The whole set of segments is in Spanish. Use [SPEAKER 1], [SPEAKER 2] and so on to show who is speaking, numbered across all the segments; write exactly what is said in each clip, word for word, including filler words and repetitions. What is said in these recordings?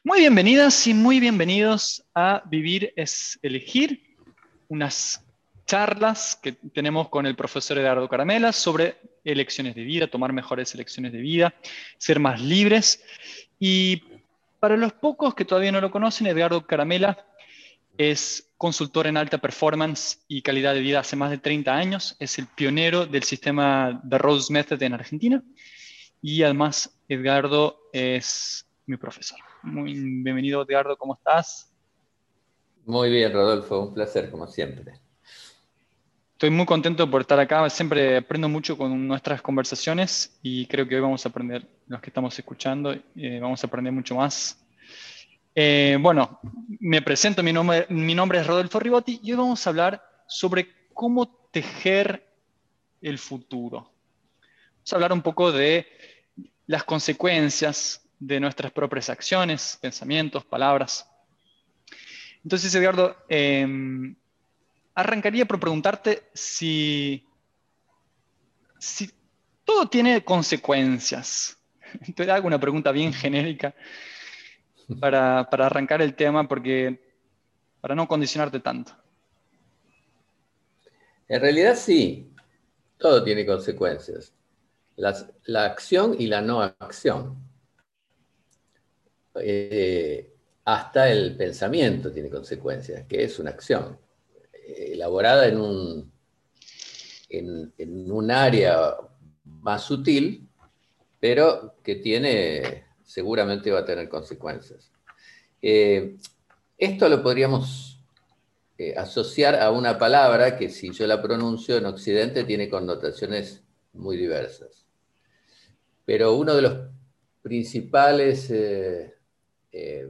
[SPEAKER 1] Muy bienvenidas y muy bienvenidos a Vivir es Elegir, unas charlas que tenemos con el profesor Edgardo Caramela sobre elecciones de vida, tomar mejores elecciones de vida, ser más libres. Y para los pocos que todavía no lo conocen, Edgardo Caramela es consultor en alta performance y calidad de vida hace más de treinta años, es el pionero del sistema de Rhodes Method en Argentina y además Edgardo es mi profesor. Muy bienvenido, Edgardo, ¿cómo estás?
[SPEAKER 2] Muy bien, Rodolfo, un placer como siempre.
[SPEAKER 1] Estoy muy contento por estar acá, siempre aprendo mucho con nuestras conversaciones y creo que hoy vamos a aprender, los que estamos escuchando, eh, vamos a aprender mucho más. Eh, bueno, me presento, mi nombre, mi nombre es Rodolfo Ribotti y hoy vamos a hablar sobre cómo tejer el futuro. Vamos a hablar un poco de las consecuencias de nuestras propias acciones, pensamientos, palabras. Entonces, Edgardo, eh, arrancaría por preguntarte si, si todo tiene consecuencias. Te hago una pregunta bien genérica para, para arrancar el tema, porque para no condicionarte tanto.
[SPEAKER 2] En realidad sí, todo tiene consecuencias. Las- la acción y la no acción. Eh, hasta el pensamiento tiene consecuencias, que es una acción, eh, elaborada en un, en, en un área más sutil, pero que tiene, seguramente va a tener consecuencias. Eh, Esto lo podríamos eh, asociar a una palabra que, si yo la pronuncio en Occidente, tiene connotaciones muy diversas. Pero uno de los principales eh, eh,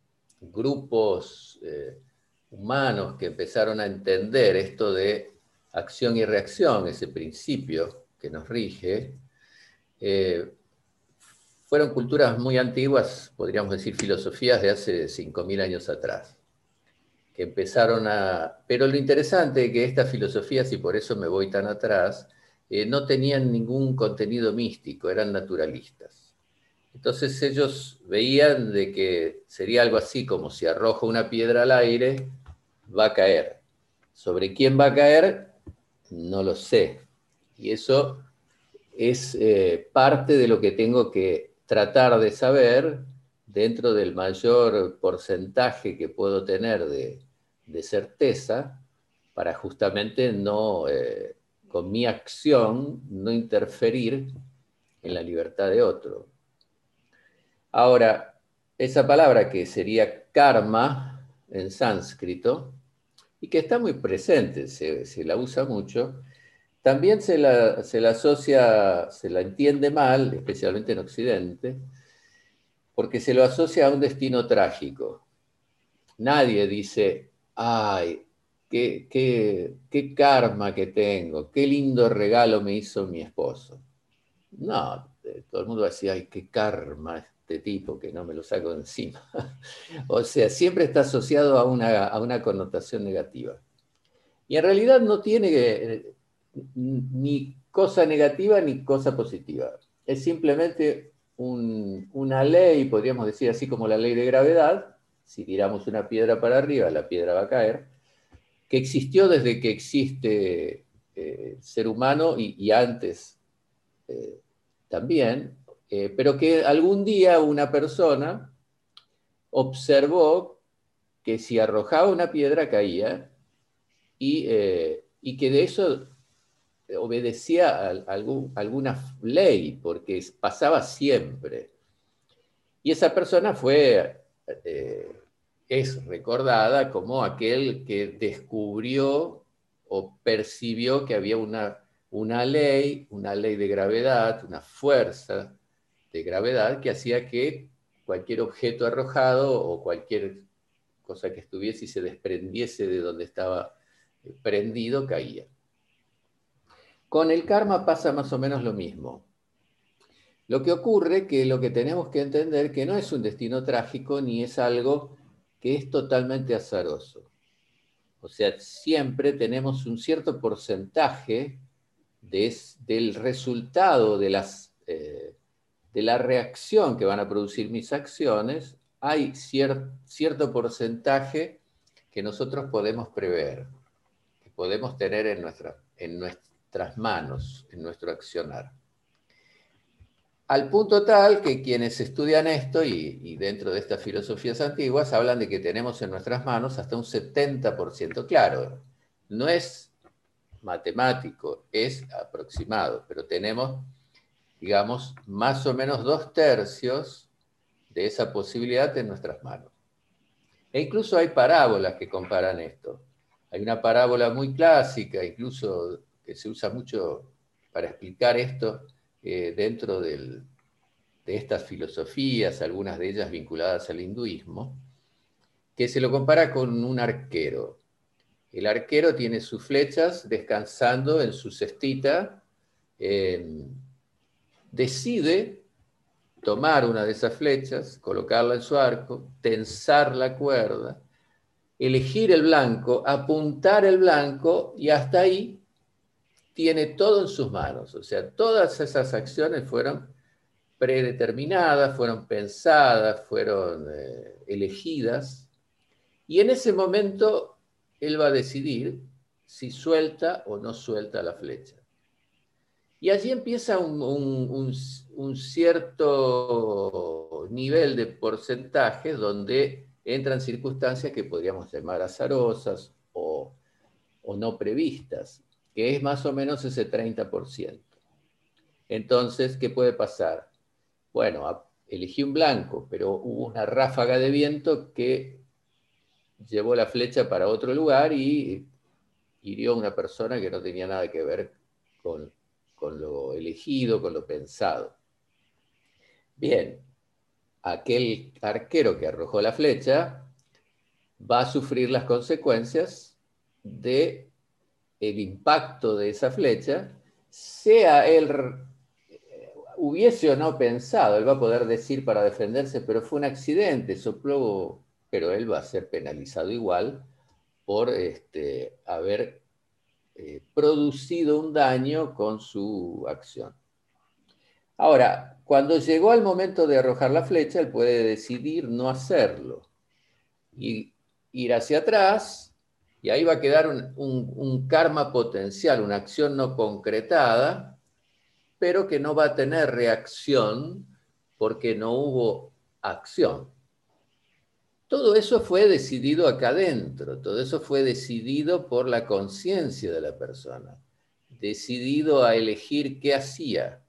[SPEAKER 2] grupos eh, humanos que empezaron a entender esto de acción y reacción, ese principio que nos rige, eh, fueron culturas muy antiguas, podríamos decir filosofías de hace cinco mil años atrás, que empezaron a... Pero lo interesante es que estas filosofías, y por eso me voy tan atrás, eh, no tenían ningún contenido místico, eran naturalistas. Entonces ellos veían de que sería algo así como si arrojo una piedra al aire, va a caer. ¿Sobre quién va a caer? No lo sé. Y eso es eh, parte de lo que tengo que tratar de saber dentro del mayor porcentaje que puedo tener de, de certeza para justamente no, eh, con mi acción, no interferir en la libertad de otro. Ahora, esa palabra que sería karma en sánscrito, y que está muy presente, se, se la usa mucho, también se la, se la asocia, se la entiende mal, especialmente en Occidente, porque se lo asocia a un destino trágico. Nadie dice, ay, qué, qué, qué karma que tengo, qué lindo regalo me hizo mi esposo. No, todo el mundo va a decir, ay, qué karma este tipo que no me lo saco de encima. O sea, siempre está asociado a una, a una connotación negativa. Y en realidad no tiene eh, ni cosa negativa ni cosa positiva. Es simplemente un, una ley, podríamos decir así como la ley de gravedad. Si tiramos una piedra para arriba, la piedra va a caer, que existió desde que existe eh, ser humano y, y antes eh, también, eh, pero que algún día una persona observó que si arrojaba una piedra caía y, eh, y que de eso obedecía a, a algún, alguna ley, porque pasaba siempre. Y esa persona fue, eh, es recordada como aquel que descubrió o percibió que había una, una ley, una ley de gravedad, una fuerza de gravedad que hacía que cualquier objeto arrojado o cualquier cosa que estuviese y se desprendiese de donde estaba prendido caía. Con el karma pasa más o menos lo mismo. Lo que ocurre que lo que tenemos que entender que no es un destino trágico ni es algo que es totalmente azaroso. O sea, siempre tenemos un cierto porcentaje de, del resultado de, las, eh, de la reacción que van a producir mis acciones, hay cier, cierto porcentaje que nosotros podemos prever, que podemos tener en, nuestra, en nuestras manos, en nuestro accionar. Al punto tal que quienes estudian esto, y, y dentro de estas filosofías antiguas, hablan de que tenemos en nuestras manos hasta un setenta por ciento. Claro, no es matemático, es aproximado, pero tenemos, digamos, más o menos dos tercios de esa posibilidad en nuestras manos. E incluso hay parábolas que comparan esto. Hay una parábola muy clásica, incluso que se usa mucho para explicar esto eh, dentro del, de estas filosofías, algunas de ellas vinculadas al hinduismo, que se lo compara con un arquero. El arquero tiene sus flechas descansando en su cestita, eh, decide tomar una de esas flechas, colocarla en su arco, tensar la cuerda, elegir el blanco, apuntar el blanco y hasta ahí tiene todo en sus manos. O sea, todas esas acciones fueron predeterminadas, fueron pensadas, fueron eh, elegidas y en ese momento él va a decidir si suelta o no suelta la flecha. Y allí empieza un, un, un, un cierto nivel de porcentaje donde entran circunstancias que podríamos llamar azarosas o, o no previstas, que es más o menos ese treinta por ciento. Entonces, ¿qué puede pasar? Bueno, elegí un blanco, pero hubo una ráfaga de viento que llevó la flecha para otro lugar y hirió a una persona que no tenía nada que ver con, con lo elegido, con lo pensado. Bien, aquel arquero que arrojó la flecha va a sufrir las consecuencias de el impacto de esa flecha, sea él hubiese o no pensado, él va a poder decir para defenderse, pero fue un accidente, sopló, pero él va a ser penalizado igual por este, haber eh, producido un daño con su acción. Ahora, cuando llegó al momento de arrojar la flecha, él puede decidir no hacerlo y ir hacia atrás, y ahí va a quedar un, un, un karma potencial, una acción no concretada, pero que no va a tener reacción porque no hubo acción. Todo eso fue decidido acá adentro, todo eso fue decidido por la conciencia de la persona, decidido a elegir qué hacía.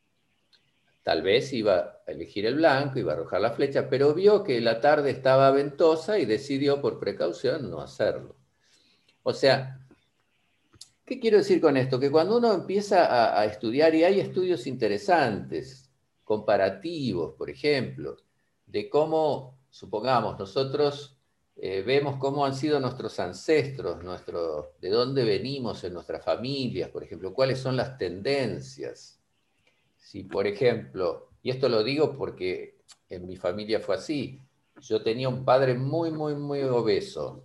[SPEAKER 2] Tal vez iba a elegir el blanco, iba a arrojar la flecha, pero vio que la tarde estaba ventosa y decidió por precaución no hacerlo. O sea, ¿qué quiero decir con esto? Que cuando uno empieza a, a estudiar, y hay estudios interesantes, comparativos, por ejemplo, de cómo, supongamos, nosotros eh, vemos cómo han sido nuestros ancestros, nuestro, de dónde venimos en nuestras familias, por ejemplo, cuáles son las tendencias. Si, por ejemplo, y esto lo digo porque en mi familia fue así, yo tenía un padre muy, muy, muy obeso,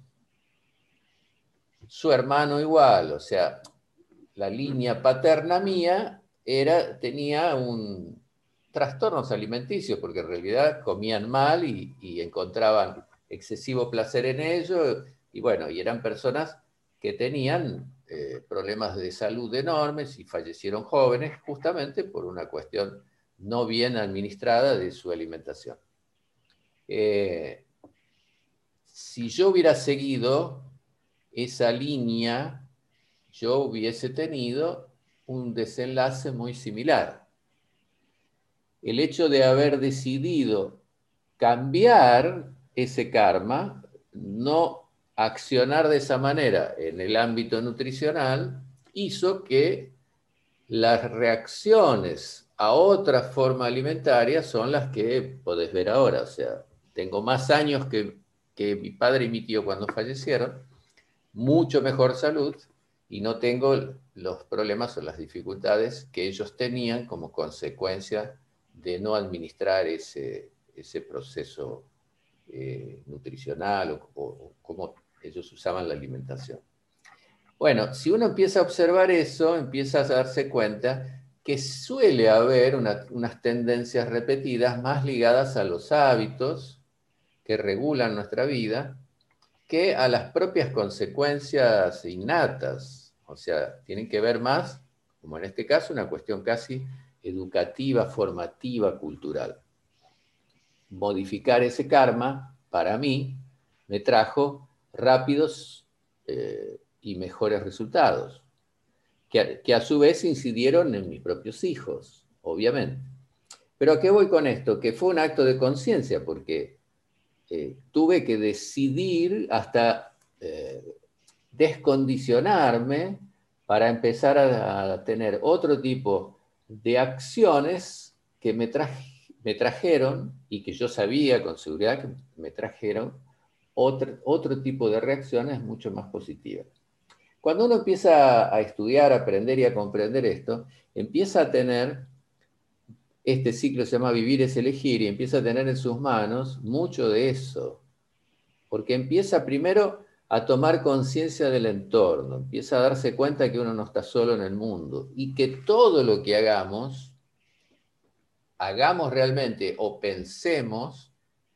[SPEAKER 2] su hermano igual, o sea, la línea paterna mía era, tenía un trastornos alimenticios, porque en realidad comían mal y, y encontraban excesivo placer en ello, y bueno, y eran personas que tenían eh, problemas de salud enormes y fallecieron jóvenes justamente por una cuestión no bien administrada de su alimentación. Eh, si yo hubiera seguido esa línea, yo hubiese tenido un desenlace muy similar. El hecho de haber decidido cambiar ese karma, no accionar de esa manera en el ámbito nutricional, hizo que las reacciones a otra forma alimentaria son las que podés ver ahora. O sea, tengo más años que, que mi padre y mi tío cuando fallecieron, mucho mejor salud, y no tengo los problemas o las dificultades que ellos tenían como consecuencia de no administrar ese, ese proceso eh, nutricional o, o, o cómo ellos usaban la alimentación. Bueno, si uno empieza a observar eso, empieza a darse cuenta que suele haber una, unas tendencias repetidas más ligadas a los hábitos que regulan nuestra vida que a las propias consecuencias innatas. O sea, tienen que ver más, como en este caso, una cuestión casi educativa, formativa, cultural. Modificar ese karma, para mí, me trajo rápidos eh, y mejores resultados, que a, que a su vez incidieron en mis propios hijos, obviamente. Pero ¿a qué voy con esto? Que fue un acto de conciencia, porque eh, tuve que decidir hasta eh, descondicionarme para empezar a, a tener otro tipo de acciones que me, traje, me trajeron, y que yo sabía con seguridad que me trajeron otro, otro tipo de reacciones mucho más positivas. Cuando uno empieza a estudiar, a aprender y a comprender esto, empieza a tener, este ciclo se llama Vivir es elegir, y empieza a tener en sus manos mucho de eso. Porque empieza primero a tomar conciencia del entorno, empieza a darse cuenta que uno no está solo en el mundo y que todo lo que hagamos, hagamos realmente o pensemos,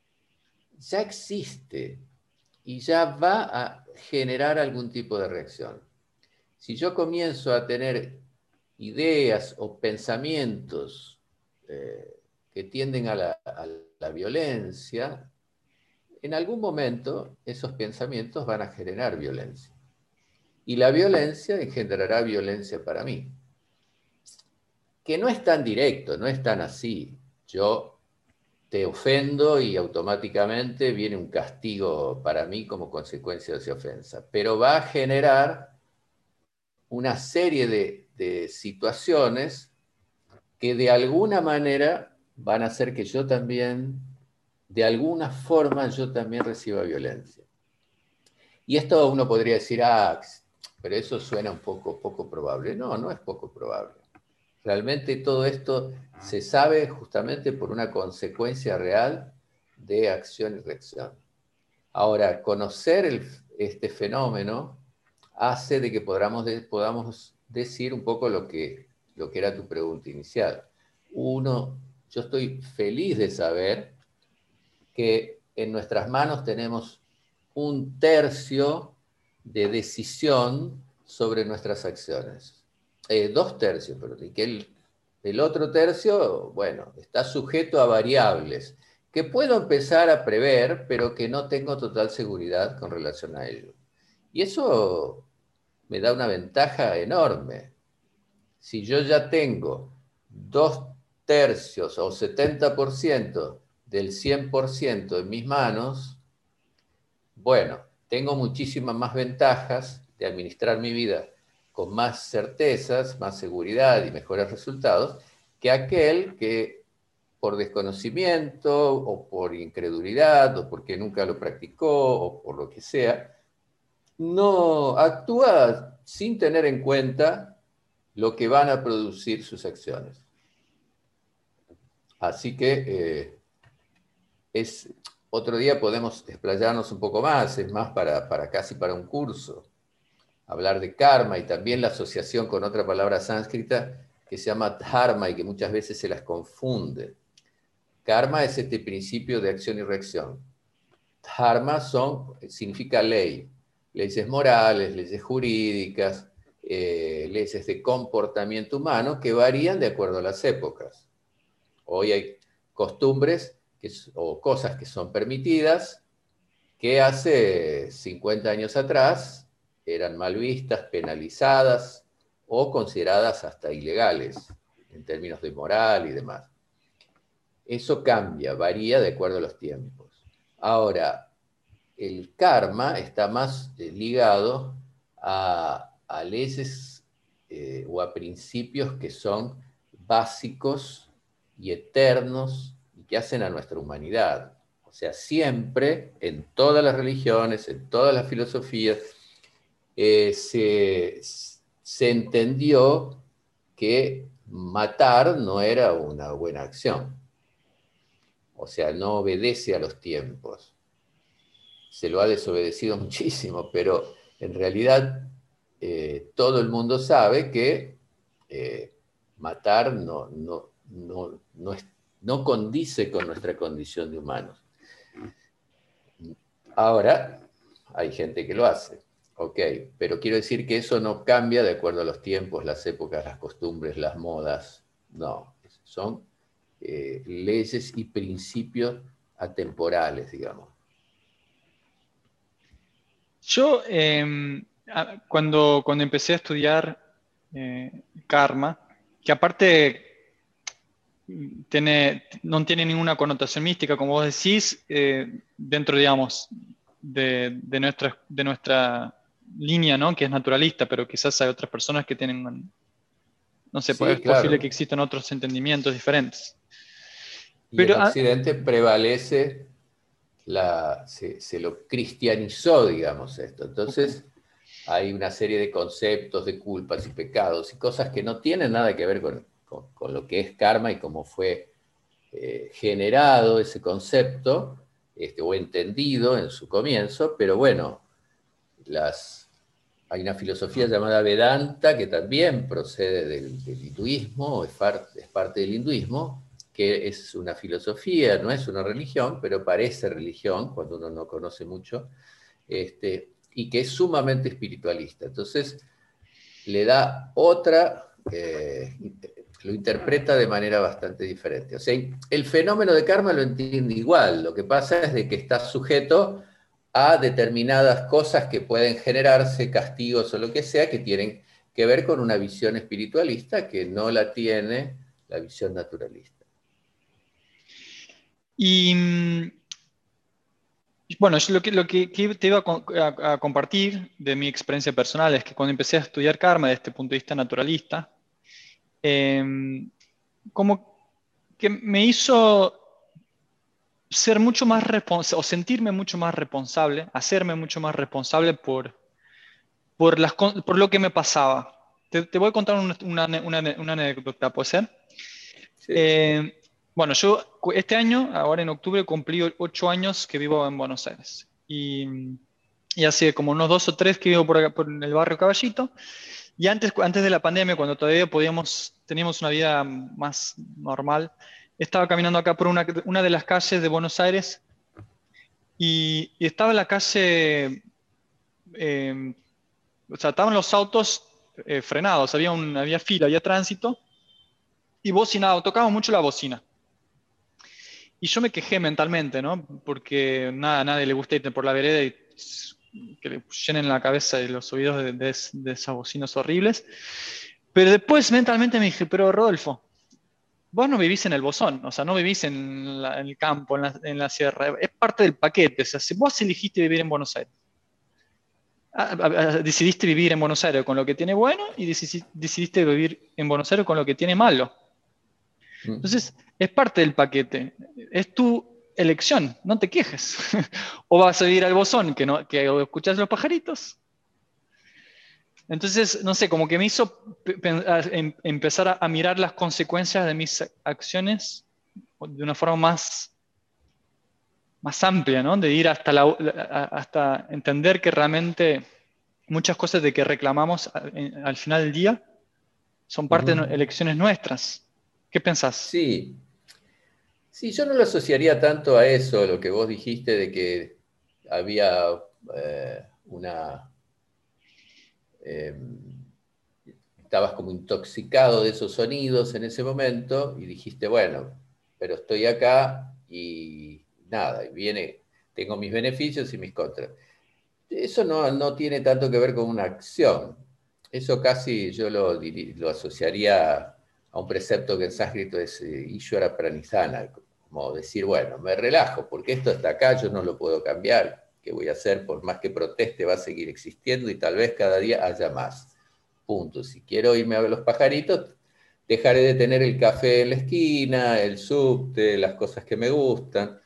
[SPEAKER 2] ya existe y ya va a generar algún tipo de reacción. Si yo comienzo a tener ideas o pensamientos eh, que tienden a la, a la violencia, en algún momento esos pensamientos van a generar violencia. Y la violencia engendrará violencia para mí. Que no es tan directo, no es tan así. Yo te ofendo y automáticamente viene un castigo para mí como consecuencia de esa ofensa. Pero va a generar una serie de, de situaciones que de alguna manera van a hacer que yo también, de alguna forma, yo también reciba violencia. Y esto uno podría decir, ah, pero eso suena un poco, poco probable. No, no es poco probable. Realmente todo esto se sabe justamente por una consecuencia real de acción y reacción. Ahora, conocer el, este fenómeno hace de que podamos, de, podamos decir un poco lo que, lo que era tu pregunta inicial. Uno, yo estoy feliz de saber que en nuestras manos tenemos un tercio de decisión sobre nuestras acciones. Eh, dos tercios, pero y que el, el otro tercio, bueno, está sujeto a variables que puedo empezar a prever, pero que no tengo total seguridad con relación a ello. Y eso me da una ventaja enorme. Si yo ya tengo dos tercios o setenta por ciento del cien por ciento en mis manos, bueno, tengo muchísimas más ventajas de administrar mi vida con más certezas, más seguridad y mejores resultados que aquel que por desconocimiento o por incredulidad o porque nunca lo practicó o por lo que sea, no actúa sin tener en cuenta lo que van a producir sus acciones. Así que eh, es, otro día podemos explayarnos un poco más, es más para, para casi para un curso, hablar de karma y también la asociación con otra palabra sánscrita que se llama dharma y que muchas veces se las confunde. Karma es este principio de acción y reacción. Dharma son, significa ley, leyes morales, leyes jurídicas, eh, leyes de comportamiento humano que varían de acuerdo a las épocas. Hoy hay costumbres que, o cosas que son permitidas que hace cincuenta años atrás eran mal vistas, penalizadas o consideradas hasta ilegales en términos de moral y demás. Eso cambia, varía de acuerdo a los tiempos. Ahora, el karma está más eh, ligado a, a leyes eh, o a principios que son básicos y eternos y que hacen a nuestra humanidad. O sea, siempre, en todas las religiones, en todas las filosofías, eh, se, se entendió que matar no era una buena acción. O sea, no obedece a los tiempos. Se lo ha desobedecido muchísimo, pero en realidad eh, todo el mundo sabe que eh, matar no, no, no, no, es, no condice con nuestra condición de humanos. Ahora, hay gente que lo hace, ok, pero quiero decir que eso no cambia de acuerdo a los tiempos, las épocas, las costumbres, las modas, no, son eh, leyes y principios atemporales, digamos.
[SPEAKER 1] Yo, eh, a- cuando, cuando empecé a estudiar eh, karma, que aparte tiene, no tiene ninguna connotación mística, como vos decís, eh, dentro, digamos, de, de nuestra, de nuestra línea, ¿no? Que es naturalista, pero quizás hay otras personas que tienen, no sé, pues
[SPEAKER 2] Sí,
[SPEAKER 1] es posible
[SPEAKER 2] claro.
[SPEAKER 1] que existan otros entendimientos diferentes.
[SPEAKER 2] Y en
[SPEAKER 1] Pero, ah,
[SPEAKER 2] Occidente prevalece, la, se, se lo cristianizó, digamos, esto.
[SPEAKER 1] ok.
[SPEAKER 2] Entonces, hay una serie de conceptos de culpas y pecados y cosas que no tienen nada que ver con, con, con lo que es karma y cómo fue eh, generado ese concepto, este, o entendido en su comienzo, pero bueno, las, hay una filosofía llamada Vedanta que también procede del, del hinduismo, es, par, es parte del hinduismo, que es una filosofía, no es una religión, pero parece religión cuando uno no conoce mucho, este, y que es sumamente espiritualista. Entonces, le da otra, eh, lo interpreta de manera bastante diferente. O sea, el fenómeno de karma lo entiende igual, lo que pasa es de que está sujeto a determinadas cosas que pueden generarse, castigos o lo que sea, que tienen que ver con una visión espiritualista que no la tiene la visión naturalista.
[SPEAKER 1] Y mm, bueno, yo lo que, lo que, que te iba a, co- a- a compartir de mi experiencia personal es que cuando empecé a estudiar karma desde este punto de vista naturalista, eh, como que me hizo ser mucho más responsable, o sentirme mucho más responsable, hacerme mucho más responsable por, por, las, con- por lo que me pasaba. Te, te voy a contar una, una, una- una anécdota, ¿puede ser?
[SPEAKER 2] Sí,
[SPEAKER 1] Eh, bueno, yo cu- este año, ahora en octubre, cumplí o- ocho años que vivo en Buenos Aires. Y, y hace como unos dos o tres que vivo por, acá, por el barrio Caballito. Y antes, antes de la pandemia, cuando todavía podíamos, teníamos una vida más normal, estaba caminando acá por una, una de las calles de Buenos Aires y, y estaba en la calle, eh, o sea, estaban los autos eh, frenados, había, un, había fila, había tránsito y bocinaba, tocaba mucho la bocina. Y yo me quejé mentalmente, ¿no? Porque nada, a nadie le gusta ir por la vereda y que le llenen la cabeza y los oídos de, de, de esas bocinas horribles. Pero después mentalmente me dije, pero Rodolfo, vos no vivís en el Bosón, o sea, no vivís en, la, en el campo, en la, en la sierra, es parte del paquete. O sea, si vos elegiste vivir en Buenos Aires, ah, ah, ah, decidiste vivir en Buenos Aires con lo que tiene bueno y decidiste vivir en Buenos Aires con lo que tiene malo. Entonces, es parte del paquete. Es tu elección, no te quejes. O vas a ir al Bosón, que, no, que escuchas los pajaritos. Entonces, no sé, como que me hizo em empezar a, a mirar las consecuencias de mis acciones de una forma más, más amplia, ¿no? De ir hasta, la, hasta entender que realmente muchas cosas de que reclamamos al final del día son parte de
[SPEAKER 2] uh-huh.
[SPEAKER 1] elecciones nuestras. ¿Qué pensás?
[SPEAKER 2] Sí, sí, yo no lo asociaría tanto a eso, lo que vos dijiste de que había eh, una... Eh, estabas como intoxicado de esos sonidos en ese momento y dijiste, bueno, pero estoy acá y nada, y viene, tengo mis beneficios y mis contras. Eso no, no tiene tanto que ver con una acción. Eso casi yo lo, lo asociaría a un precepto que en sánscrito es eh, Ishvara Pranidhana, como decir, bueno, me relajo, porque esto está acá, yo no lo puedo cambiar. ¿Qué voy a hacer? Por más que proteste, va a seguir existiendo y tal vez cada día haya más. Punto. Si quiero irme a ver los pajaritos, dejaré de tener el café en la esquina, el subte, las cosas que me gustan.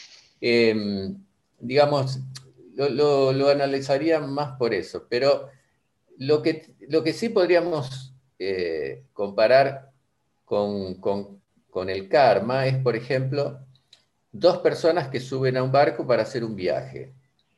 [SPEAKER 2] Eh, digamos, lo, lo, lo, analizaría más por eso, pero lo que, lo que sí podríamos eh, comparar con, con, con el karma es, por ejemplo, dos personas que suben a un barco para hacer un viaje.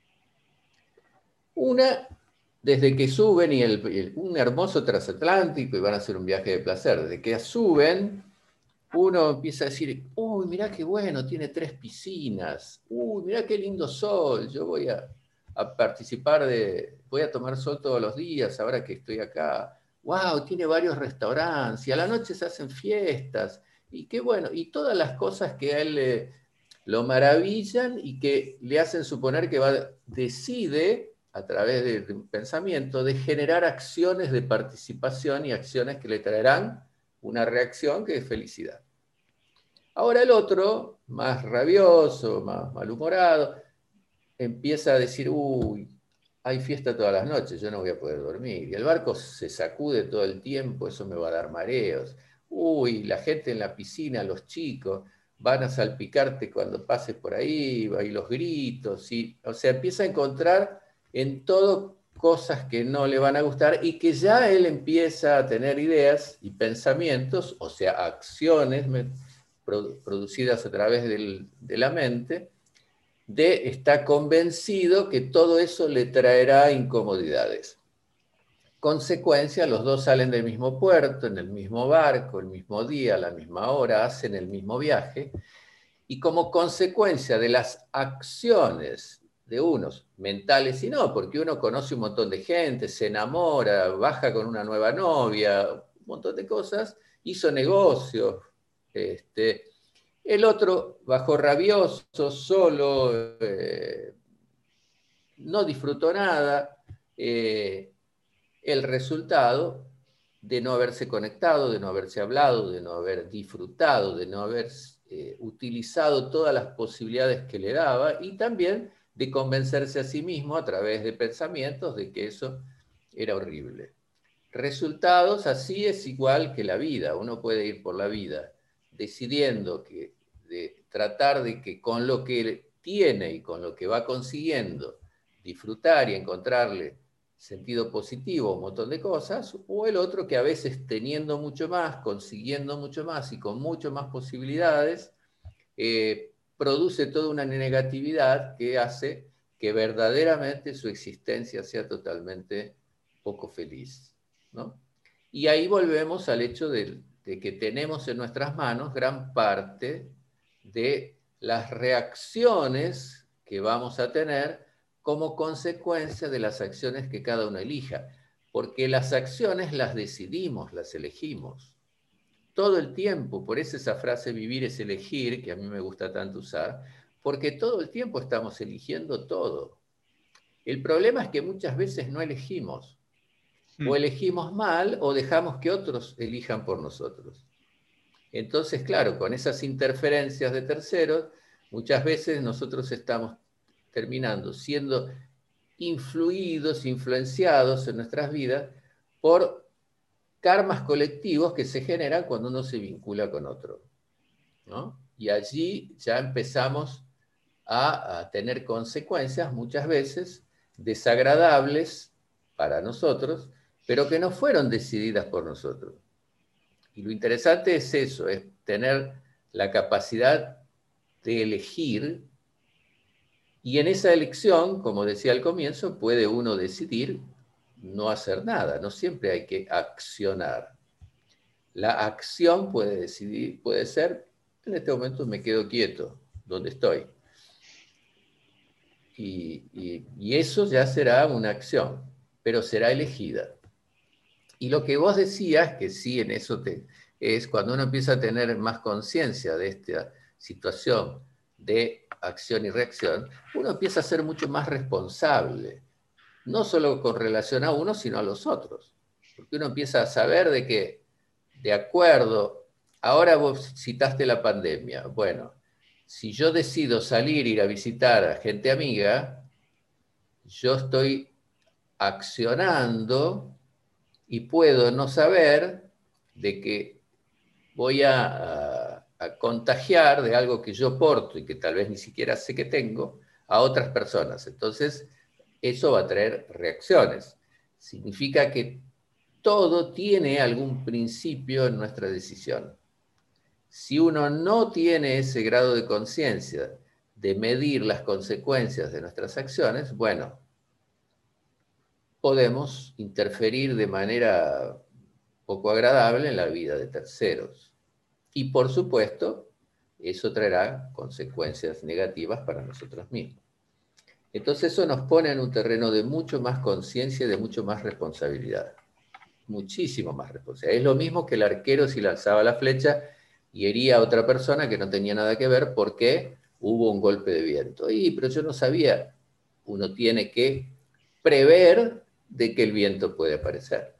[SPEAKER 2] Una, desde que suben, y el, el, un hermoso transatlántico, y van a hacer un viaje de placer, desde que suben, uno empieza a decir, uy, mirá qué bueno, tiene tres piscinas, uy, mirá qué lindo sol, yo voy a, a participar de, voy a tomar sol todos los días ahora que estoy acá, wow, tiene varios restaurantes, y a la noche se hacen fiestas, y qué bueno, y todas las cosas que a él le, lo maravillan y que le hacen suponer que va, decide, a través de un pensamiento, de generar acciones de participación y acciones que le traerán una reacción que es felicidad. Ahora el otro, más rabioso, más malhumorado, empieza a decir, uy, hay fiesta todas las noches, yo no voy a poder dormir. Y el barco se sacude todo el tiempo, eso me va a dar mareos. Uy, la gente en la piscina, los chicos, van a salpicarte cuando pases por ahí, y los gritos. Y, o sea, empieza a encontrar en todo cosas que no le van a gustar y que ya él empieza a tener ideas y pensamientos, o sea, acciones producidas a través del, de la mente, de está convencido que todo eso le traerá incomodidades. Consecuencia, los dos salen del mismo puerto, en el mismo barco, el mismo día, a la misma hora, hacen el mismo viaje, y como consecuencia de las acciones de unos, mentales y no, porque uno conoce un montón de gente, se enamora, baja con una nueva novia, un montón de cosas, hizo negocios, este, el otro bajó rabioso, solo, eh, no disfrutó nada. Eh, el resultado de no haberse conectado, de no haberse hablado, de no haber disfrutado, de no haber eh, utilizado todas las posibilidades que le daba y también de convencerse a sí mismo a través de pensamientos de que eso era horrible. Resultados, así es igual que la vida. Uno puede ir por la vida decidiendo que, de tratar de que con lo que tiene y con lo que va consiguiendo, disfrutar y encontrarle sentido positivo, un montón de cosas, o el otro que a veces teniendo mucho más, consiguiendo mucho más y con mucho más posibilidades, eh, produce toda una negatividad que hace que verdaderamente su existencia sea totalmente poco feliz, ¿no? Y ahí volvemos al hecho de, de que tenemos en nuestras manos gran parte de las reacciones que vamos a tener como consecuencia de las acciones que cada uno elija, porque las acciones las decidimos, las elegimos todo el tiempo. Por eso esa frase vivir es elegir, que a mí me gusta tanto usar, porque todo el tiempo estamos eligiendo todo. El problema es que muchas veces no elegimos, o
[SPEAKER 1] Mm.
[SPEAKER 2] elegimos mal o dejamos que otros elijan por nosotros. Entonces, claro, con esas interferencias de terceros, muchas veces nosotros estamos terminando siendo influidos, influenciados en nuestras vidas por karmas colectivos que se generan cuando uno se vincula con otro, ¿no? Y allí ya empezamos a, a tener consecuencias muchas veces desagradables para nosotros, pero que no fueron decididas por nosotros. Y lo interesante es eso, es tener la capacidad de elegir, y en esa elección, como decía al comienzo, puede uno decidir no hacer nada, no siempre hay que accionar. La acción puede decidir, puede ser, en este momento me quedo quieto, donde estoy. Y, y, y eso ya será una acción, pero será elegida. Y lo que vos decías, que sí, en eso te, es cuando uno empieza a tener más conciencia de esta situación de acción y reacción, uno empieza a ser mucho más responsable, no solo con relación a uno, sino a los otros. Porque uno empieza a saber de que, de acuerdo, ahora vos citaste la pandemia. Bueno, si yo decido salir, ir a visitar a gente amiga, yo estoy accionando y puedo no saber de que voy a, a, a, contagiar de algo que yo porto y que tal vez ni siquiera sé que tengo a otras personas. Entonces, eso va a traer reacciones. Significa que todo tiene algún principio en nuestra decisión. Si uno no tiene ese grado de conciencia de medir las consecuencias de nuestras acciones, bueno, podemos interferir de manera poco agradable en la vida de terceros. Y por supuesto, eso traerá consecuencias negativas para nosotros mismos. Entonces eso nos pone en un terreno de mucho más conciencia y de mucho más responsabilidad. Muchísimo más responsabilidad. Es lo mismo que el arquero si lanzaba la flecha y hería a otra persona que no tenía nada que ver porque hubo un golpe de viento. Y, pero yo no sabía. Uno tiene que prever de que el viento puede aparecer.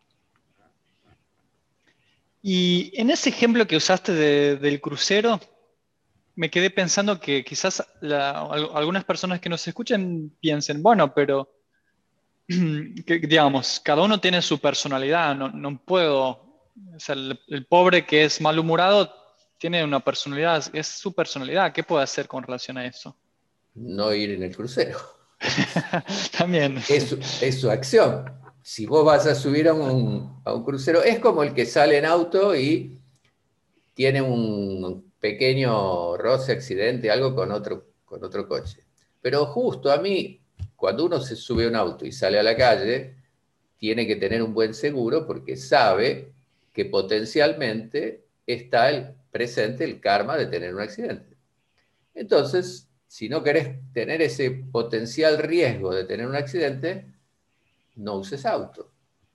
[SPEAKER 1] Y en ese ejemplo que usaste de- del crucero, me quedé pensando que quizás la- al- algunas personas que nos escuchen piensen, bueno, pero que, digamos, cada uno tiene su personalidad, no, no puedo, o sea, el, el pobre que es malhumorado tiene una personalidad, es su personalidad, ¿qué puede hacer con relación a eso?
[SPEAKER 2] No ir en el crucero.
[SPEAKER 1] También,
[SPEAKER 2] Es, su- es su acción. Si vos vas a subir a un, a un crucero, es como el que sale en auto y tiene un pequeño roce, accidente, algo con otro, con otro coche. Pero justo a mí, cuando uno se sube a un auto y sale a la calle, tiene que tener un buen seguro porque sabe que potencialmente está el, presente el karma de tener un accidente. Entonces, si no querés tener ese potencial riesgo de tener un accidente, no uses auto.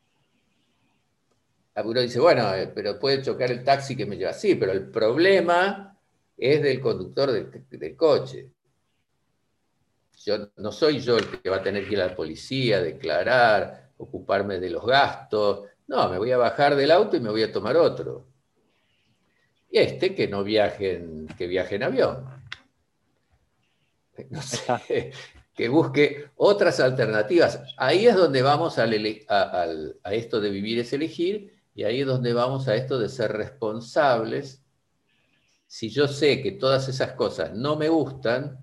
[SPEAKER 2] Uno dice, bueno, eh, pero puede chocar el taxi que me lleva. Sí, pero el problema es del conductor del, del coche. Yo, no soy yo el que va a tener que ir a la policía, declarar, ocuparme de los gastos. No, me voy a bajar del auto y me voy a tomar otro. Y este que no viaje en, que viaje en avión. No
[SPEAKER 1] ahí está.
[SPEAKER 2] sé, que busque otras alternativas. Ahí es donde vamos a, a, a esto de vivir es elegir, y ahí es donde vamos a esto de ser responsables. Si yo sé que todas esas cosas no me gustan,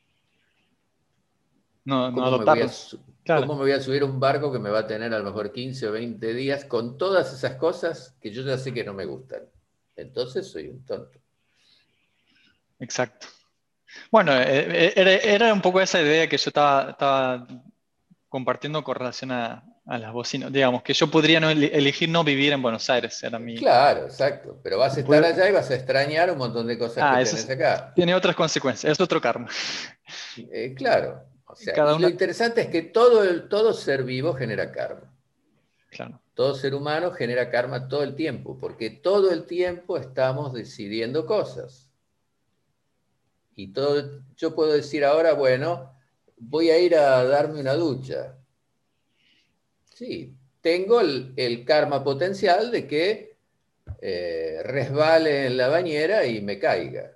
[SPEAKER 1] No, no
[SPEAKER 2] ¿cómo me voy a,
[SPEAKER 1] adoptarlos. Claro,
[SPEAKER 2] cómo me voy a subir a un barco que me va a tener a lo mejor quince o veinte días con todas esas cosas que yo ya sé que no me gustan? Entonces soy un tonto.
[SPEAKER 1] exacto. Bueno, eh, eh, era, era un poco esa idea que yo estaba, estaba compartiendo con relación a, a las bocinas. Digamos, que yo podría no ele- elegir no vivir en Buenos Aires, era mi...
[SPEAKER 2] Claro, exacto. Pero vas a estar
[SPEAKER 1] Puede-
[SPEAKER 2] allá y vas a extrañar un montón de cosas que
[SPEAKER 1] ah, eso
[SPEAKER 2] tenés
[SPEAKER 1] es-
[SPEAKER 2] acá.
[SPEAKER 1] tiene otras consecuencias, es otro karma.
[SPEAKER 2] Eh, claro, o sea,
[SPEAKER 1] Cada
[SPEAKER 2] y lo
[SPEAKER 1] una,
[SPEAKER 2] interesante es que todo, el, todo ser vivo genera karma.
[SPEAKER 1] claro.
[SPEAKER 2] Todo ser humano genera karma todo el tiempo, porque todo el tiempo estamos decidiendo cosas. Y todo, yo puedo decir ahora, bueno, voy a ir a darme una ducha. Sí, tengo el, el karma potencial de que eh, resbale en la bañera y me caiga.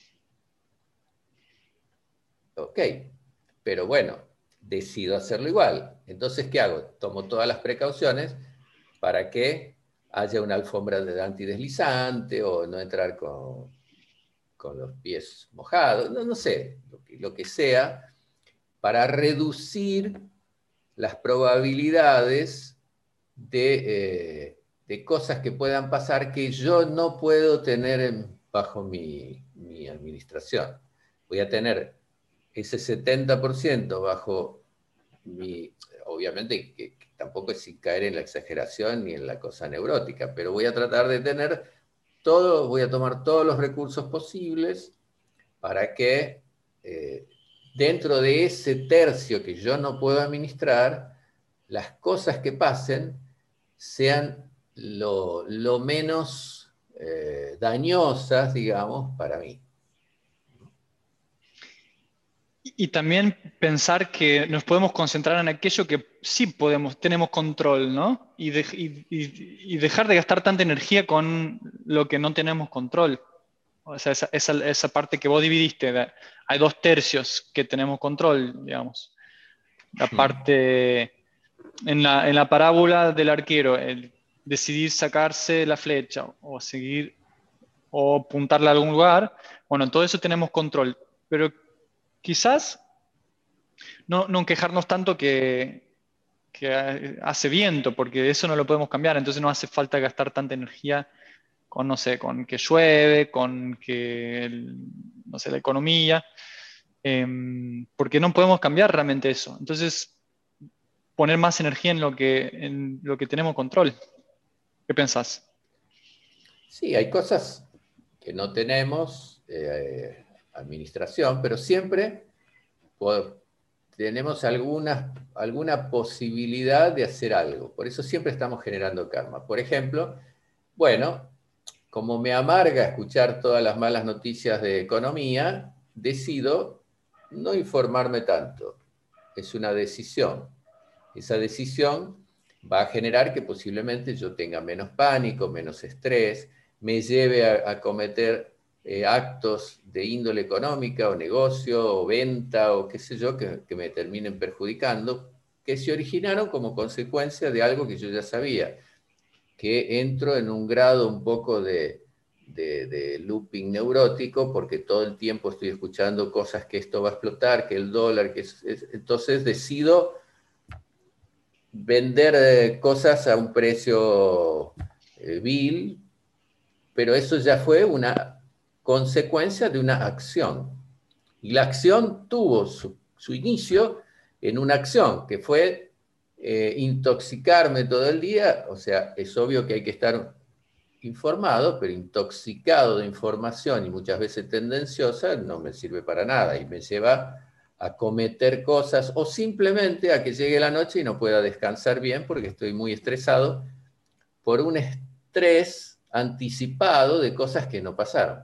[SPEAKER 2] Ok, pero bueno, decido hacerlo igual. Entonces, ¿qué hago? Tomo todas las precauciones para que haya una alfombra de antideslizante o no entrar con, con los pies mojados, no, no sé, lo que, lo que sea, para reducir las probabilidades de, eh, de cosas que puedan pasar que yo no puedo tener en, bajo mi, mi administración. Voy a tener ese setenta por ciento bajo mi, obviamente que, que tampoco es sin caer en la exageración ni en la cosa neurótica, pero voy a tratar de tener todo, voy a tomar todos los recursos posibles para que eh, dentro de ese tercio que yo no puedo administrar, las cosas que pasen sean lo, lo menos eh, dañosas, digamos, para mí.
[SPEAKER 1] Y, y también pensar que nos podemos concentrar en aquello que sí podemos, tenemos control, ¿no? Y, de- y- y- y dejar de gastar tanta energía con lo que no tenemos control. O sea, esa, esa, esa parte que vos dividiste, de- hay dos tercios que tenemos control, digamos. La parte en la, en la parábola del arquero, el decidir sacarse la flecha o seguir o apuntarla a algún lugar, bueno, en todo eso tenemos control. Pero quizás no, no quejarnos tanto que, que hace viento, porque eso no lo podemos cambiar, entonces no hace falta gastar tanta energía con, no sé, con que llueve, con que, el- no sé, la economía, em, porque no podemos cambiar realmente eso. Entonces, poner más energía en lo que, en lo que tenemos control. ¿Qué pensás?
[SPEAKER 2] Sí, hay cosas, que no tenemos eh, administración, pero siempre tenemos alguna, alguna posibilidad de hacer algo. Por eso siempre estamos generando karma. Por ejemplo, bueno, como me amarga escuchar todas las malas noticias de economía, decido no informarme tanto. Es una decisión. Esa decisión va a generar que posiblemente yo tenga menos pánico, menos estrés, me lleve a, a cometer eh, actos de índole económica o negocio o venta o qué sé yo, que, que me terminen perjudicando, que se originaron como consecuencia de algo que yo ya sabía, que entro en un grado un poco de, de, de looping neurótico, porque todo el tiempo estoy escuchando cosas que esto va a explotar, que el dólar, que es, es, entonces decido vender eh, cosas a un precio eh, vil, pero eso ya fue una consecuencia de una acción. Y la acción tuvo su, su inicio en una acción, que fue eh, intoxicarme todo el día. O sea, es obvio que hay que estar informado, pero intoxicado de información y muchas veces tendenciosa, no me sirve para nada y me lleva a cometer cosas o simplemente a que llegue la noche y no pueda descansar bien porque estoy muy estresado por un estrés anticipado de cosas que no pasaron.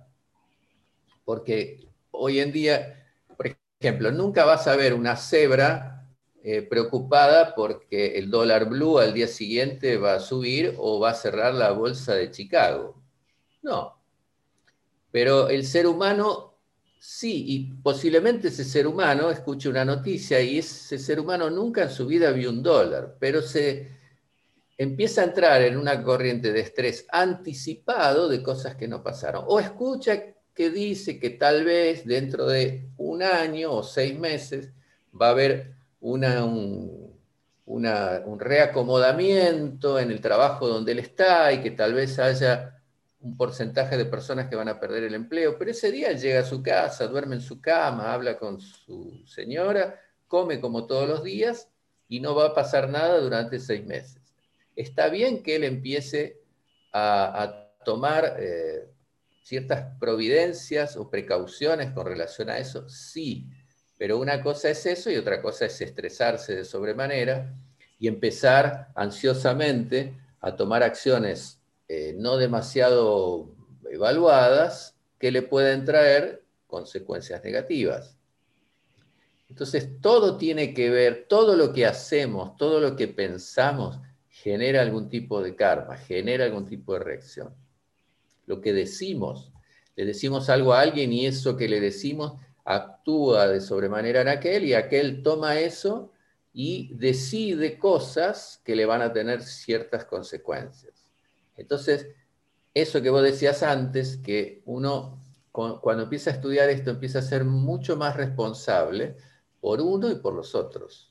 [SPEAKER 2] Porque hoy en día, por ejemplo, nunca vas a ver una cebra eh, preocupada porque el dólar blue al día siguiente va a subir o va a cerrar la bolsa de Chicago. No. Pero el ser humano sí, y posiblemente ese ser humano escuche una noticia y ese ser humano nunca en su vida vio un dólar, pero se empieza a entrar en una corriente de estrés anticipado de cosas que no pasaron. O escucha que dice que tal vez dentro de un año o seis meses va a haber una, un, una, un reacomodamiento en el trabajo donde él está y que tal vez haya un porcentaje de personas que van a perder el empleo, pero ese día él llega a su casa, duerme en su cama, habla con su señora, come como todos los días y no va a pasar nada durante seis meses. Está bien que él empiece a, a tomar eh, ciertas providencias o precauciones con relación a eso, sí, pero una cosa es eso y otra cosa es estresarse de sobremanera y empezar ansiosamente a tomar acciones eh, no demasiado evaluadas que le pueden traer consecuencias negativas. Entonces, todo tiene que ver, todo lo que hacemos, todo lo que pensamos, genera algún tipo de karma, genera algún tipo de reacción. Lo que decimos, le decimos algo a alguien y eso que le decimos actúa de sobremanera en aquel y aquel toma eso y decide cosas que le van a tener ciertas consecuencias. Entonces, eso que vos decías antes, que uno cuando empieza a estudiar esto empieza a ser mucho más responsable por uno y por los otros.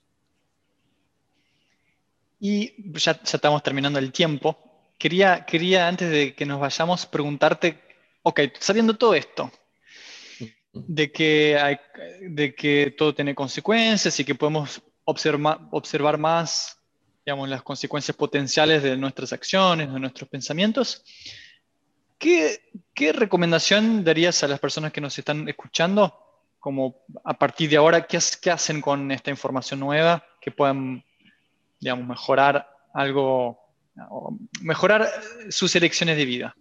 [SPEAKER 1] Y ya, ya estamos terminando el tiempo. Quería, quería, antes de que nos vayamos, preguntarte, ok, sabiendo todo esto, de que, hay, de que todo tiene consecuencias y que podemos observar, observar más, digamos, las consecuencias potenciales de nuestras acciones, de nuestros pensamientos, ¿qué, qué recomendación darías a las personas que nos están escuchando? Como a partir de ahora, ¿qué, qué hacen con esta información nueva que puedan, digamos, mejorar algo, mejorar sus elecciones de vida?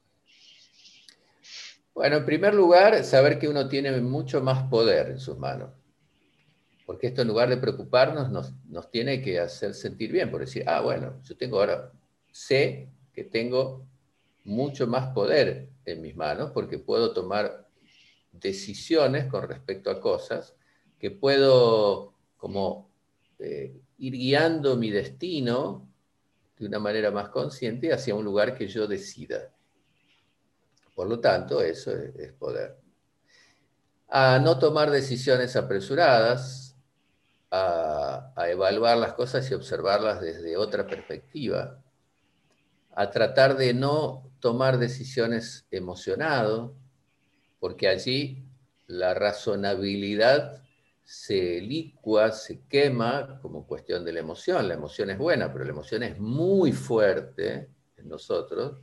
[SPEAKER 2] Bueno, en primer lugar, saber que uno tiene mucho más poder en sus manos. Porque esto en lugar de preocuparnos nos, nos tiene que hacer sentir bien, por decir, ah, bueno, yo tengo ahora, sé que tengo mucho más poder en mis manos porque puedo tomar decisiones con respecto a cosas, que puedo como eh, ir guiando mi destino de una manera más consciente hacia un lugar que yo decida. Por lo tanto, eso es, es poder. A no tomar decisiones apresuradas, a, a evaluar las cosas y observarlas desde otra perspectiva, a tratar de no tomar decisiones emocionado, porque allí la razonabilidad se licua, se quema como cuestión de la emoción. La emoción es buena, pero la emoción es muy fuerte en nosotros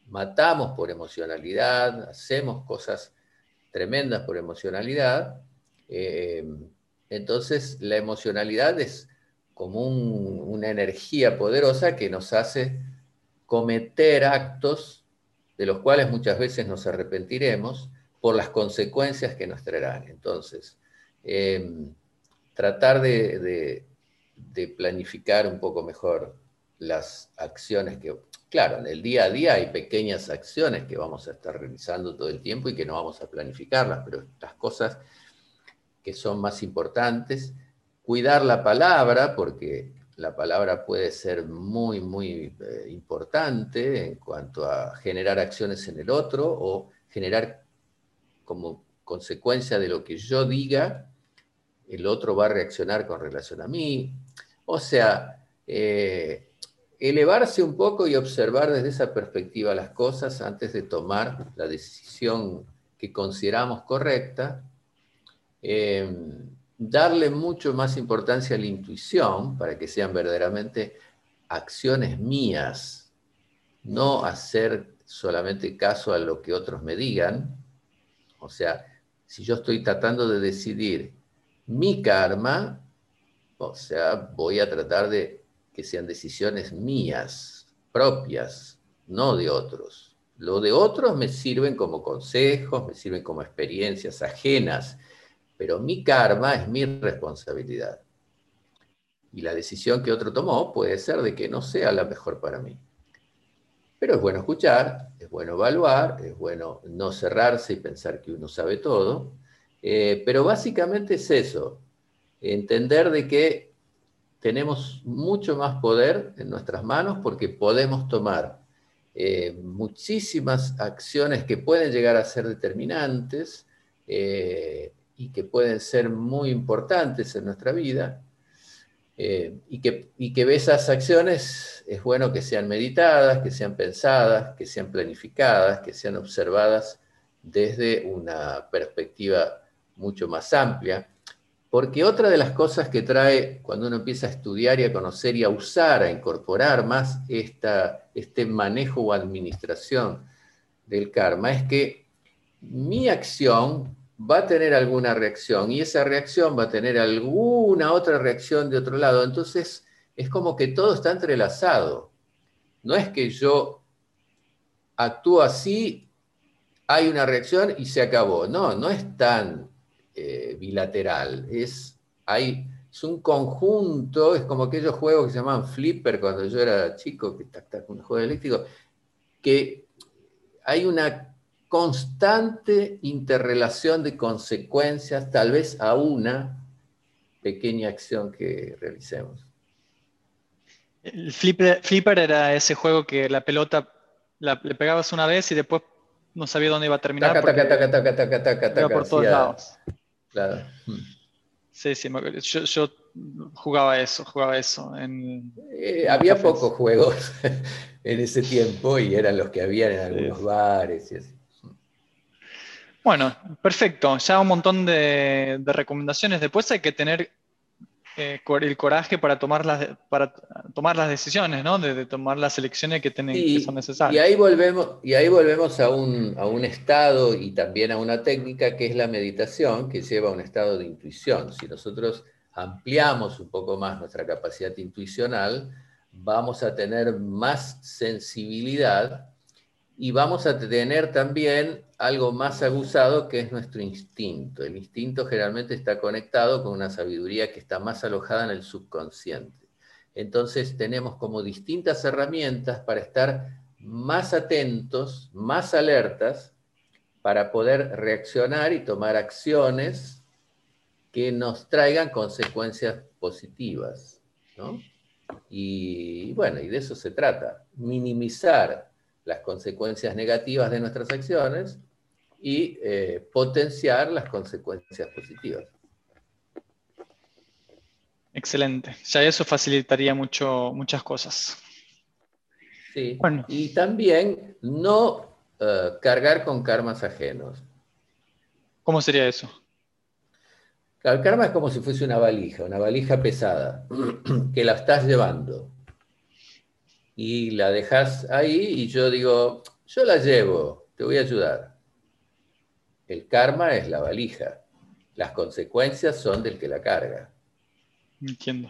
[SPEAKER 2] matamos por emocionalidad, hacemos cosas tremendas por emocionalidad. Eh, entonces, la emocionalidad es como un, una energía poderosa que nos hace cometer actos de los cuales muchas veces nos arrepentiremos por las consecuencias que nos traerán. Entonces, eh, tratar de, de, de planificar un poco mejor las acciones que, claro, en el día a día hay pequeñas acciones que vamos a estar realizando todo el tiempo y que no vamos a planificarlas, pero las cosas que son más importantes, cuidar la palabra, porque la palabra puede ser muy, muy eh, importante en cuanto a generar acciones en el otro o generar como consecuencia de lo que yo diga, el otro va a reaccionar con relación a mí. O sea, eh, elevarse un poco y observar desde esa perspectiva las cosas antes de tomar la decisión que consideramos correcta. Eh, darle mucho más importancia a la intuición para que sean verdaderamente acciones mías, no hacer solamente caso a lo que otros me digan. O sea, si yo estoy tratando de decidir mi karma, o sea, voy a tratar de que sean decisiones mías, propias, no de otros. Lo de otros me sirven como consejos, me sirven como experiencias ajenas, pero mi karma es mi responsabilidad. Y la decisión que otro tomó puede ser de que no sea la mejor para mí. Pero es bueno escuchar, es bueno evaluar, es bueno no cerrarse y pensar que uno sabe todo. Eh, pero básicamente es eso, entender de que tenemos mucho más poder en nuestras manos porque podemos tomar eh, muchísimas acciones que pueden llegar a ser determinantes eh, y que pueden ser muy importantes en nuestra vida. Eh, y, que, y que esas acciones es bueno que sean meditadas, que sean pensadas, que sean planificadas, que sean observadas desde una perspectiva mucho más amplia. Porque otra de las cosas que trae cuando uno empieza a estudiar y a conocer y a usar, a incorporar más esta, este manejo o administración del karma, es que mi acción va a tener alguna reacción y esa reacción va a tener alguna otra reacción de otro lado. Entonces es como que todo está entrelazado. No es que yo actúo así, hay una reacción y se acabó. No, no es tan eh, bilateral. Es, hay, es un conjunto, es como aquellos juegos que se llamaban flipper cuando yo era chico, que tac, tac, un juego eléctrico, que hay una constante interrelación de consecuencias, tal vez a una pequeña acción que realicemos.
[SPEAKER 1] El flipper, flipper era ese juego que la pelota la, le pegabas una vez y después no sabía dónde iba a terminar
[SPEAKER 2] Taca, taca, taca,
[SPEAKER 1] porque
[SPEAKER 2] taca, taca, taca,
[SPEAKER 1] iba
[SPEAKER 2] taca,
[SPEAKER 1] por todos
[SPEAKER 2] hacía,
[SPEAKER 1] lados.
[SPEAKER 2] claro.
[SPEAKER 1] Sí, sí, me acuerdo. Yo, yo jugaba eso, jugaba eso en,
[SPEAKER 2] Eh,
[SPEAKER 1] en los
[SPEAKER 2] había
[SPEAKER 1] cafés.
[SPEAKER 2] pocos juegos en ese tiempo y eran los que habían en
[SPEAKER 1] Sí.
[SPEAKER 2] algunos bares y así.
[SPEAKER 1] Bueno, perfecto. Ya un montón de, de recomendaciones. Después hay que tener eh, cor- el coraje para tomar las, para tomar las decisiones, ¿no? De, de tomar las elecciones que, tienen, que son
[SPEAKER 2] Sí, y ahí
[SPEAKER 1] necesarias.
[SPEAKER 2] volvemos, y ahí volvemos a un, a un estado y también a una técnica que es la meditación, que lleva a un estado de intuición. Si nosotros ampliamos un poco más nuestra capacidad intuicional, vamos a tener más sensibilidad y vamos a tener también algo más aguzado que es nuestro instinto. El instinto generalmente está conectado con una sabiduría que está más alojada en el subconsciente. Entonces tenemos como distintas herramientas para estar más atentos, más alertas, para poder reaccionar y tomar acciones que nos traigan consecuencias positivas, ¿no? Y bueno, y de eso se trata, minimizar las consecuencias negativas de nuestras acciones y eh, potenciar las consecuencias positivas.
[SPEAKER 1] Excelente. Ya eso facilitaría mucho, muchas cosas.
[SPEAKER 2] Sí,
[SPEAKER 1] Bueno,
[SPEAKER 2] y también no uh, cargar con karmas ajenos.
[SPEAKER 1] ¿cómo sería eso?
[SPEAKER 2] El karma es como si fuese una valija, una valija pesada, que la estás llevando. Y la dejas ahí y yo digo, yo la llevo, te voy a ayudar. El karma es la valija. Las consecuencias son del que la carga.
[SPEAKER 1] Entiendo.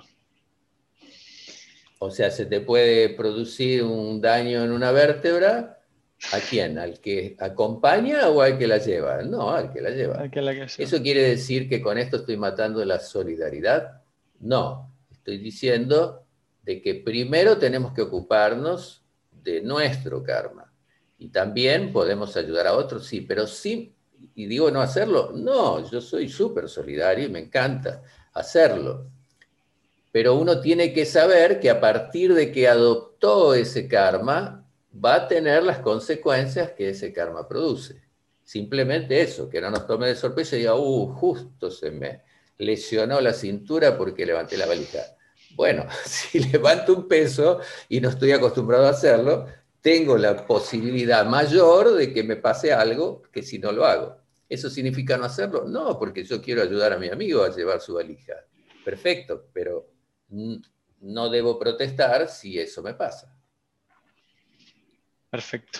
[SPEAKER 2] O sea, se te puede producir un daño en una vértebra. ¿A quién? ¿Al que acompaña o al que la lleva? No, al que la lleva.
[SPEAKER 1] Aquella que yo.
[SPEAKER 2] ¿Eso quiere decir que con esto estoy matando la solidaridad? No, estoy diciendo de que primero tenemos que ocuparnos de nuestro karma. Y también podemos ayudar a otros, sí, pero sí, y digo no hacerlo, no, yo soy súper solidario y me encanta hacerlo. Pero uno tiene que saber que a partir de que adoptó ese karma, va a tener las consecuencias que ese karma produce. Simplemente eso, que no nos tome de sorpresa y diga, uh, justo se me lesionó la cintura porque levanté la valija. Bueno, si levanto un peso y no estoy acostumbrado a hacerlo, tengo la posibilidad mayor de que me pase algo que si no lo hago. ¿Eso significa no hacerlo? No, porque yo quiero ayudar a mi amigo a llevar su valija. Perfecto, pero no debo protestar si eso me pasa.
[SPEAKER 1] Perfecto.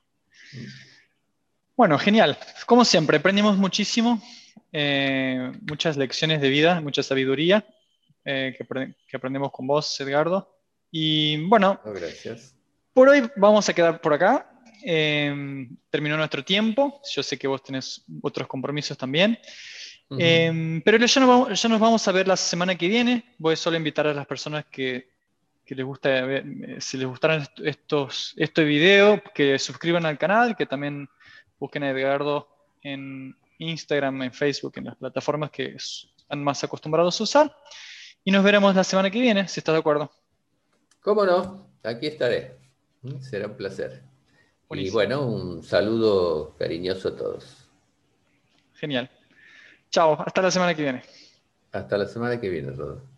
[SPEAKER 1] Bueno, genial. Como siempre, aprendimos muchísimo, eh, muchas lecciones de vida, mucha sabiduría eh, que, que aprendemos con vos, Edgardo. Y bueno,
[SPEAKER 2] No, gracias.
[SPEAKER 1] por hoy vamos a quedar por acá. Eh, terminó nuestro tiempo. Yo sé que vos tenés otros compromisos también.
[SPEAKER 2] Uh-huh.
[SPEAKER 1] Eh, pero ya nos, vamos, ya nos vamos a ver la semana que viene. Voy solo a invitar a las personas que, que les gusta ver, si les gustaran estos, este video, que suscriban al canal, que también busquen a Edgardo en Instagram, en Facebook, en las plataformas que están más acostumbrados a usar. Y nos veremos la semana que viene, si estás de acuerdo.
[SPEAKER 2] ¿Cómo no? Aquí estaré. Será un placer.
[SPEAKER 1] Buenísimo.
[SPEAKER 2] Y bueno, un saludo cariñoso a todos.
[SPEAKER 1] Genial. Chao, hasta la semana que viene.
[SPEAKER 2] Hasta la semana que viene, Rodo.